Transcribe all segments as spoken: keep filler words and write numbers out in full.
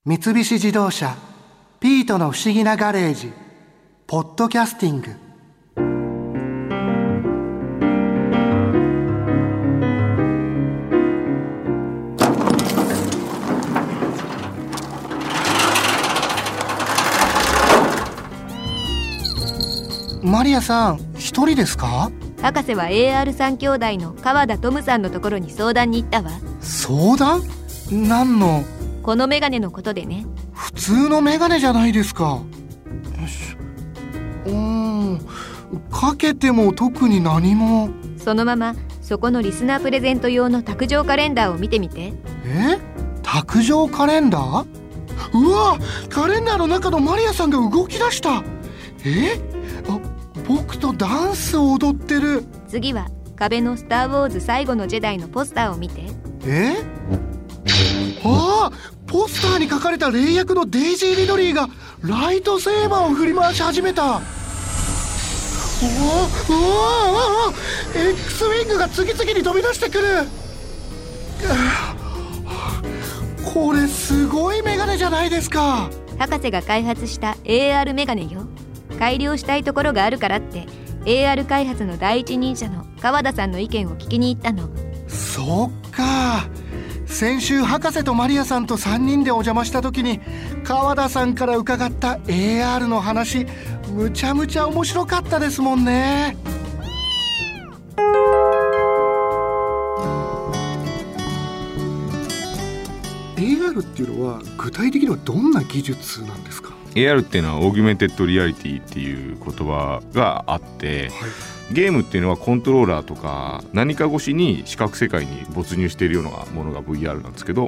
三菱自動車ピートの不思議なガレージポッドキャスティング。マリアさん、一人ですか？ 博士は エーアール 三兄弟の川田トムさんのところに相談に行ったわ。 相談？何の？ このメガネのことでね。 普通のメガネじゃないですか。よし。うーん、かけても特に何も。 そのままそこのリスナープレゼント用の卓上カレンダーを見てみて。 え？卓上カレンダー？うわ、カレンダーの中のマリアさんが動き出した。え？あ、僕とダンスを踊ってる。 次は壁のスターウォーズ最後のジェダイのポスターを見て。 え？ああ、ポスターに書かれた霊役のデイジー・リドリーがライトセーバーを振り回し始めた。うわうわうわ X ウィングが次々に飛び出してくる。これすごいメガネじゃないですか。 博士が開発した エーアール メガネよ。改良したいところがあるからって エーアール 開発の第一人者の川田さんの意見を聞きに行ったの。 そっか。先週博士とマリアさんとさんにんでお邪魔した時に川田さんから伺った エーアール の話、むちゃむちゃ面白かったですもんね。エーアール っていうのは具体的にはどんな技術なんですか？ エーアール っていうのはオーギュメンテッドリアリティっていう言葉があって、はい、ゲームっていうのはコントローラーとか何か越しに視覚世界に没入しているようなものが ブイアール なんですけど、はい、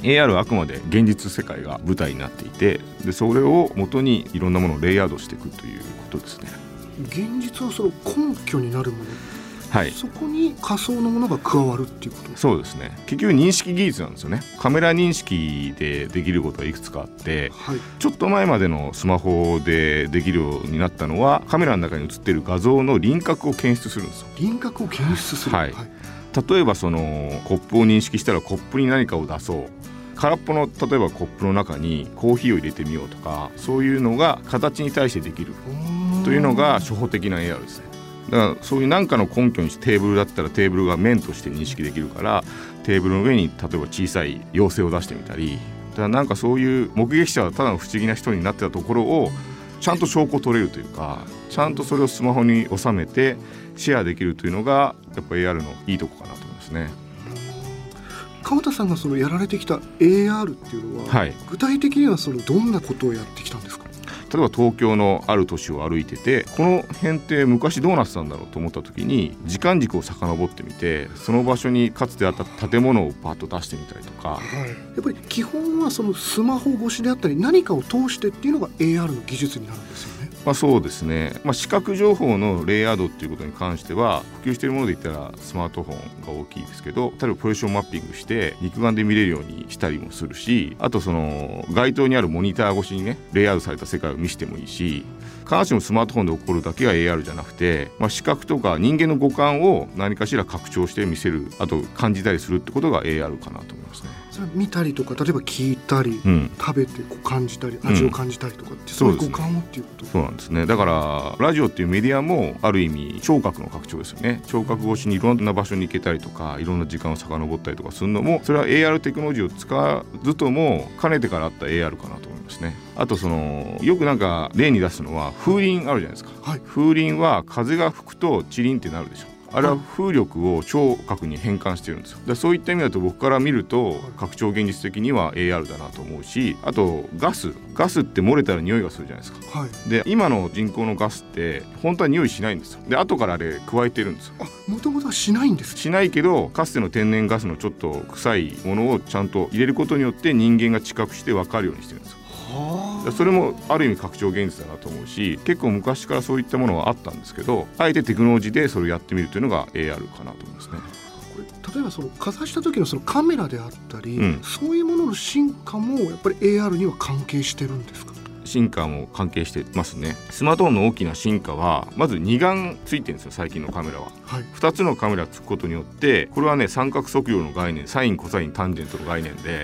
エーアール はあくまで現実世界が舞台になっていて、でそれを元にいろんなものをレイヤードしていくということですね。 現実はその根拠になるもの、はい、そこに仮想のものが加わるっていうこと？ そうですね。結局認識技術なんですよね。カメラ認識でできることはいくつかあって、はい、ちょっと前までのスマホでできるようになったのはカメラの中に映っている画像の輪郭を検出するんですよ。 輪郭を検出する、 はいはい、例えばそのコップを認識したらコップに何かを出そう、空っぽの例えばコップの中にコーヒーを入れてみようとか、そういうのが形に対してできるというのが初歩的な エーアール ですね。だからそういう何かの根拠にしてテーブルだったらテーブルが面として認識できるから、テーブルの上に例えば小さい妖精を出してみたり、だからなんかそういう目撃者はただの不思議な人になってたところをちゃんと証拠を取れるというか、ちゃんとそれをスマホに収めてシェアできるというのがやっぱ エーアール のいいとこかなと思いますね。 川田さんがそのやられてきた エーアール っていうのは、はい、具体的にはそのどんなことをやってきたんですか？ 例えば東京のある都市を歩いてて、この辺って昔どうなってたんだろうと思った時に時間軸を遡ってみて、その場所にかつてあった建物をパッと出してみたりとか、はい、 やっぱり基本はそのスマホ越しであったり何かを通してっていうのが エーアール の技術になるんですよね。 まあ、そうですね、まあ、視覚情報のレイヤードっていうことに関しては普及しているもので言ったらスマートフォンが大きいですけど、例えばポジションマッピングして肉眼で見れるようにしたりもするし、あとその街頭にあるモニター越しにねレイヤードされた世界を見せてもいいし、必ずしもスマートフォンで起こるだけが エーアール じゃなくて、まあ、視覚とか人間の五感を何かしら拡張して見せる、あと感じたりするってことが エーアール かなと思いますね。 それ見たりとか例えば聞いたり、うん、食べてこう感じたり味を感じたりとかって、うん、そういう五感をっていうこと？ そうなんですね。だからラジオっていうメディアもある意味聴覚の拡張ですよね。聴覚越しにいろんな場所に行けたりとか、いろんな時間を遡ったりとかするのも、それは エーアール テクノロジーを使わずとも兼ねてからあった エーアール かなと思いますね。あとそのよくなんか例に出すのは風鈴あるじゃないですか、はい、風鈴は風が吹くとチリンってなるでしょ。あれは風力を聴覚に変換してるんですよ。だそういった意味だと僕から見ると拡張現実的には エーアール だなと思うし、あとガスガスって漏れたら匂いがするじゃないですか、はい、で今の人工のガスって本当は匂いしないんですよ。で後からあれ加えてるんですよ。 あ、もともとはしないんです。 しないけどかつての天然ガスのちょっと臭いものをちゃんと入れることによって人間が知覚して分かるようにしてるんですよ。それもある意味拡張現実だなと思うし、結構昔からそういったものはあったんですけど、あえてテクノロジーでそれをやってみるというのが エーアール かなと思いますね。 これ例えばそのかざした時のそのカメラであったり、うん、そういうものの進化もやっぱり エーアール には関係してるんですか？ 進化も関係してますね。スマートフォンの大きな進化はまず二眼ついてるんですよ。最近のカメラは、はい、ふたつのカメラつくことによって、これはね三角測量の概念、サインコサインタンジェントの概念で、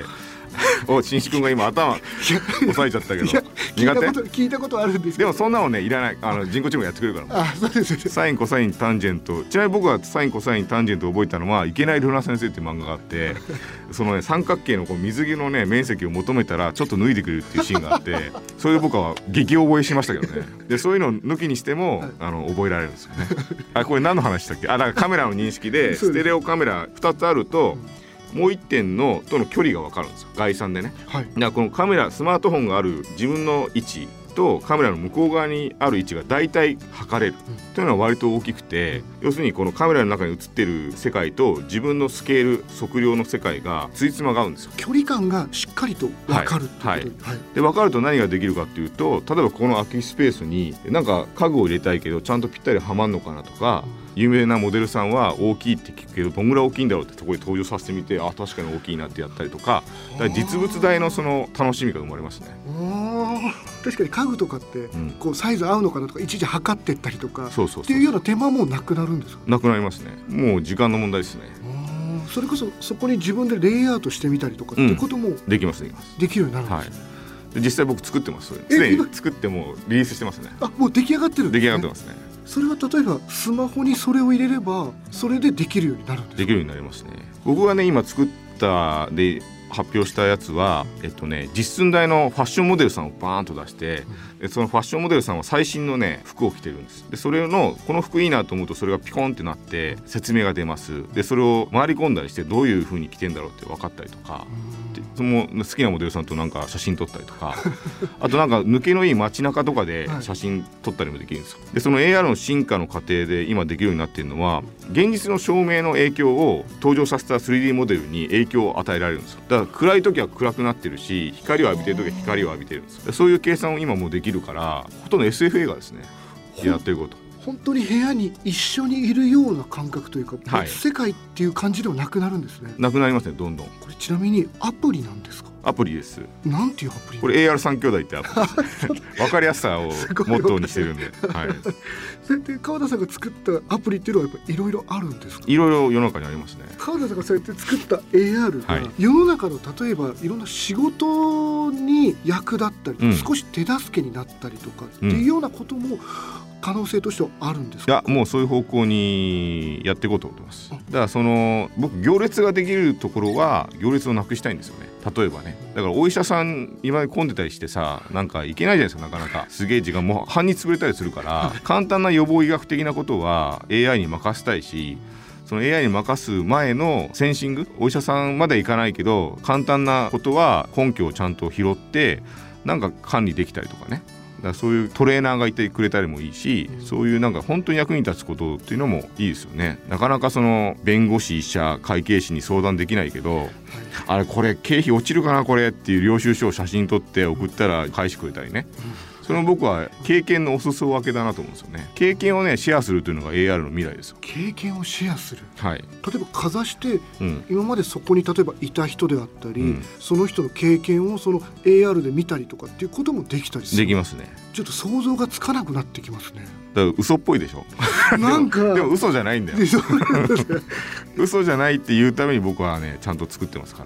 おしんし君が今頭押さえちゃったけど苦手。 聞いたこと聞いたことあるんですけど、 でもそんなのねいらない。あの人工知能がやってくれるから。 あ、そうですね。 サインコサインタンジェント、ちなみに僕はサインコサインタンジェントを覚えたのは池内瑠奈先生っていう漫画があってそのね三角形のこう水着のね面積を求めたらちょっと脱いでくれるっていうシーンがあってそれで僕は激覚えしましたけどね。でそういうのを抜きにしてもあの覚えられるんですよね。あ、これ何の話したっけ。あ、だからカメラの認識でステレオカメラふたつあるともういってんのとの距離が分かるんですよ、概算でね。はい、だからこのカメラスマートフォンがある自分の位置とカメラの向こう側にある位置が大体測れる、うん、というのは割と大きくて、うん、要するにこのカメラの中に映ってる世界と自分のスケール測量の世界がついつまが合うんですよ。 距離感がしっかりと分かるってこと、はいはいはい、 で分かると何ができるかっていうと、例えばこの空きスペースになんか家具を入れたいけどちゃんとぴったりはまんのかなとか、うん、有名なモデルさんは大きいって聞くけどどんぐらい大きいんだろうってところで登場させてみて、あ、確かに大きいなってやったりとか、だから実物大のその楽しみが生まれますね。 確かに家具とかってこうサイズ合うのかなとかいちいち測ってったりとかっていうような手間もなくなるんですか。 なくなりますね。もう時間の問題ですね。 それこそそこに自分でレイアウトしてみたりとかっていうことも、うん、 できますできますできるようになるんですね。 はい、で実際僕作ってます。すでに作ってもリリースしてますね。 あ、もう出来上がってるんですね。 出来上がってますね。 それは例えばスマホにそれを入れればそれでできるようになるんですか。 できるようになりますね。僕がね今作ったで発表したやつは、えっとね、実寸大のファッションモデルさんをバーンと出して、うん、そのファッションモデルさんは最新のね服を着てるんです。でそれのこの服いいなと思うとそれがピコンってなって説明が出ます。でそれを回り込んだりしてどういう風に着てんだろうって分かったりとか、でその好きなモデルさんとなんか写真撮ったりとかあとなんか抜けのいい街中とかで写真撮ったりもできるんですよ。でその エーアール の進化の過程で今できるようになっているのは、現実の照明の影響を登場させた スリーディー モデルに影響を与えられるんですよ。だから暗い時は暗くなってるし、光を浴びてる時は光を浴びてるんですよ。そういう計算を今もうできるから、ほとんど エスエフ 映画ですね、やってること。 本当に部屋に一緒にいるような感覚というか、はい、別世界っていう感じではなくなるんですね。 なくなりますね、どんどん。 これちなみにアプリなんですか。 アプリです。 なんていうアプリ。 これ エーアールさん 兄弟ってアプリです分かりやすさをモットーにしてるんで、はい、 それで川田さんが作ったアプリっていうのはやっぱいろいろあるんですか。 いろいろ世の中にありますね。 川田さんがそうやって作った エーアール が、はい、世の中の例えばいろんな仕事に役立ったり、うん、少し手助けになったりとかっていうようなことも、うん、可能性としてはあるんですか。 いや、もうそういう方向にやっていこうと思ってます。だからその僕行列ができるところは行列をなくしたいんですよね。例えばね、だからお医者さん今混んでたりしてさ、なんか行けないじゃないですか、なかなかすげえ時間もう半日潰れたりするから簡単な予防医学的なことは エーアイ に任せたいし、その エーアイ に任す前のセンシング、お医者さんまで行かないけど簡単なことは根拠をちゃんと拾ってなんか管理できたりとかね、だからそういうトレーナーがいてくれたりもいいし、そういうなんか本当に役に立つことっていうのもいいですよね。なかなかその弁護士、医者、会計士に相談できないけど、はい、あれこれ経費落ちるかなこれっていう領収書を写真撮って送ったら返してくれたりね、うん、それも僕は経験のお裾分けだなと思うんですよね。経験をねシェアするというのが エーアール の未来ですよ。 経験をシェアする、 はい、 例えばかざして、うん、今までそこに例えばいた人であったり、うん、その人の経験をその エーアール で見たりとかっていうこともできたりする。 できますね。 ちょっと想像がつかなくなってきますね。 だから嘘っぽいでしょなんかでも嘘じゃないんだよ嘘じゃないっていうために僕はねちゃんと作ってますから。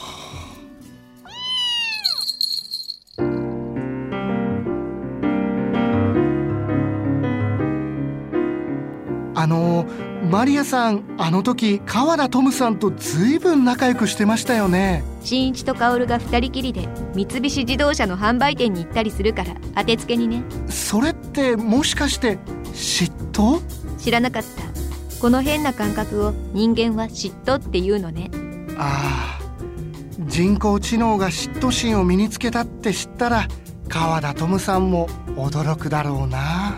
あのマリアさん、あの時川田トムさんとずいぶん仲良くしてましたよね。 新一と薫が二人きりで三菱自動車の販売店に行ったりするから当てつけにね。 それってもしかして嫉妬？ 知らなかった。この変な感覚を人間は嫉妬っていうのね。 ああ、人工知能が嫉妬心を身につけたって知ったら川田トムさんも驚くだろうな。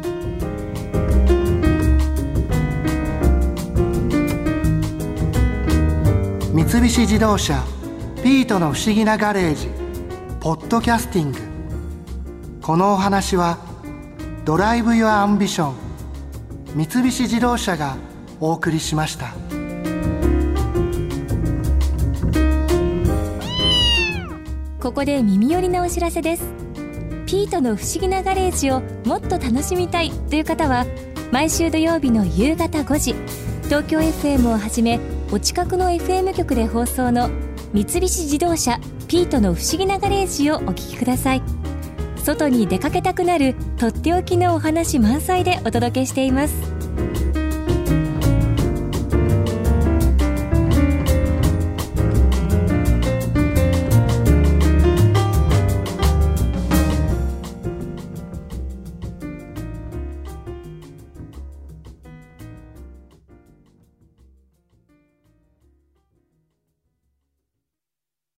三菱自動車ピートの不思議なガレージポッドキャスティング。このお話はドライブ・ユア・アンビション三菱自動車がお送りしました。 ここで耳寄りなお知らせです。ピートの不思議なガレージをもっと楽しみたいという方は、毎週土曜日の夕方ごじ、東京 エフエム をはじめお近くの エフエム 局で放送の三菱自動車ピートの不思議なガレージをお聞きください。外に出かけたくなるとっておきのお話満載でお届けしています。